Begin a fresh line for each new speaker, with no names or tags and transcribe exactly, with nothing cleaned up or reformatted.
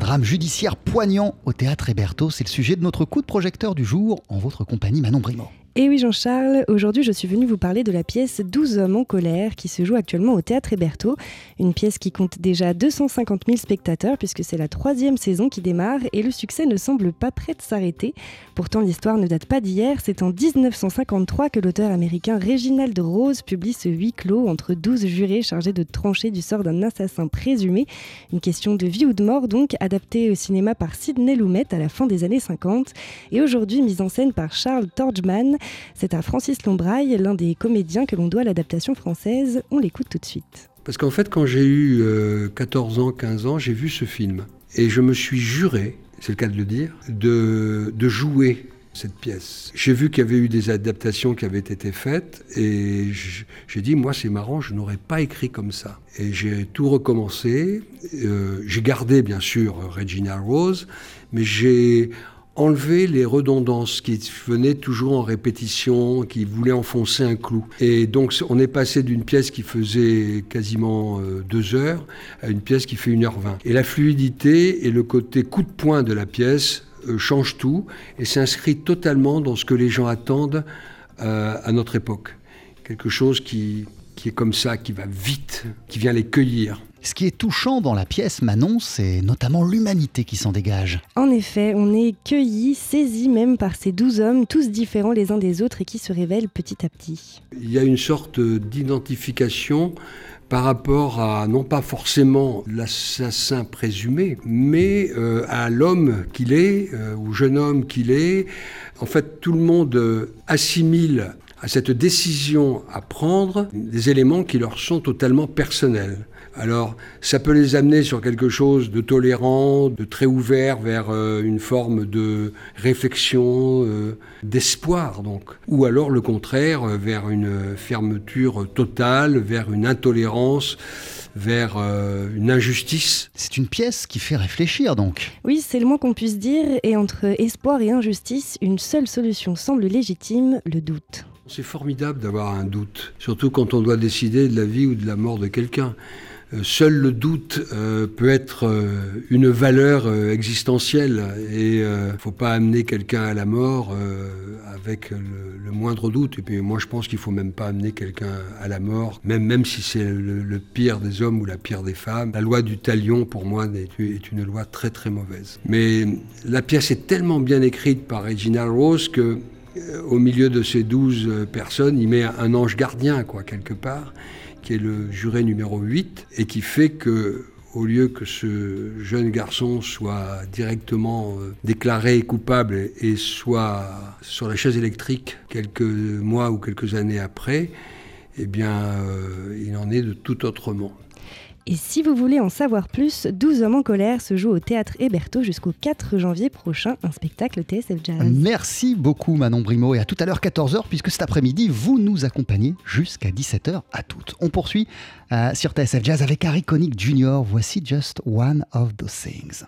drame judiciaire poignant au théâtre Hébertot. C'est le sujet de notre coup de projecteur du jour, en votre compagnie, Manon Brimaud.
Et oui Jean-Charles, aujourd'hui je suis venue vous parler de la pièce douze hommes en colère qui se joue actuellement au théâtre Hébertot. Une pièce qui compte déjà deux cent cinquante mille spectateurs puisque c'est la troisième saison qui démarre et le succès ne semble pas prêt de s'arrêter. Pourtant l'histoire ne date pas d'hier, c'est en dix-neuf cent cinquante-trois que l'auteur américain Reginald Rose publie ce huis clos entre douze jurés chargés de trancher du sort d'un assassin présumé. Une question de vie ou de mort donc, adaptée au cinéma par Sidney Lumet à la fin des années cinquante et aujourd'hui mise en scène par Charles Torgman. C'est à Francis Lombraille, l'un des comédiens que l'on doit l'adaptation française. On l'écoute tout de suite.
Parce qu'en fait, quand j'ai eu euh, quatorze ans, quinze ans, j'ai vu ce film. Et je me suis juré, c'est le cas de le dire, de, de jouer cette pièce. J'ai vu qu'il y avait eu des adaptations qui avaient été faites et j'ai dit, moi c'est marrant, je n'aurais pas écrit comme ça. Et j'ai tout recommencé. Euh, j'ai gardé bien sûr Reginald Rose, mais j'ai enlever les redondances qui venaient toujours en répétition, qui voulaient enfoncer un clou. Et donc on est passé d'une pièce qui faisait quasiment euh, deux heures à une pièce qui fait une heure vingt. Et la fluidité et le côté coup de poing de la pièce euh, changent tout et s'inscrit totalement dans ce que les gens attendent euh, à notre époque. Quelque chose qui, qui est comme ça, qui va vite, qui vient les cueillir.
Ce qui est touchant dans la pièce, Manon, c'est notamment l'humanité qui s'en dégage.
En effet, on est cueillis, saisis même par ces douze hommes, tous différents les uns des autres et qui se révèlent petit à petit.
Il y a une sorte d'identification par rapport à, non pas forcément l'assassin présumé, mais euh, à l'homme qu'il est, euh, au jeune homme qu'il est. En fait, tout le monde euh, assimile à cette décision à prendre des éléments qui leur sont totalement personnels. Alors, ça peut les amener sur quelque chose de tolérant, de très ouvert vers euh, une forme de réflexion, euh, d'espoir, donc. Ou alors, le contraire, euh, vers une fermeture totale, vers une intolérance, vers euh, une injustice.
C'est une pièce qui fait réfléchir, donc.
Oui, c'est le moins qu'on puisse dire. Et entre espoir et injustice, une seule solution semble légitime, le doute.
C'est formidable d'avoir un doute, surtout quand on doit décider de la vie ou de la mort de quelqu'un. Euh, seul le doute euh, peut être euh, une valeur euh, existentielle et il euh, ne faut pas amener quelqu'un à la mort euh, avec le, le moindre doute. Et puis moi je pense qu'il ne faut même pas amener quelqu'un à la mort, même, même si c'est le, le pire des hommes ou la pire des femmes. La loi du talion pour moi est, est une loi très très mauvaise. Mais la pièce est tellement bien écrite par Reginald Rose que au milieu de ces douze personnes, il met un ange gardien, quoi, quelque part, qui est le juré numéro huit, et qui fait que, au lieu que ce jeune garçon soit directement déclaré coupable et soit sur la chaise électrique quelques mois ou quelques années après, eh bien, euh, il en est de tout autrement.
Et si vous voulez en savoir plus, douze hommes en colère se joue au théâtre Hébertot jusqu'au quatre janvier prochain, un spectacle T S F Jazz.
Merci beaucoup Manon Brimaud et à tout à l'heure quatorze heures puisque cet après-midi vous nous accompagnez jusqu'à dix-sept heures à toutes. On poursuit euh, sur T S F Jazz avec Harry Connick junior Voici Just One of Those Things.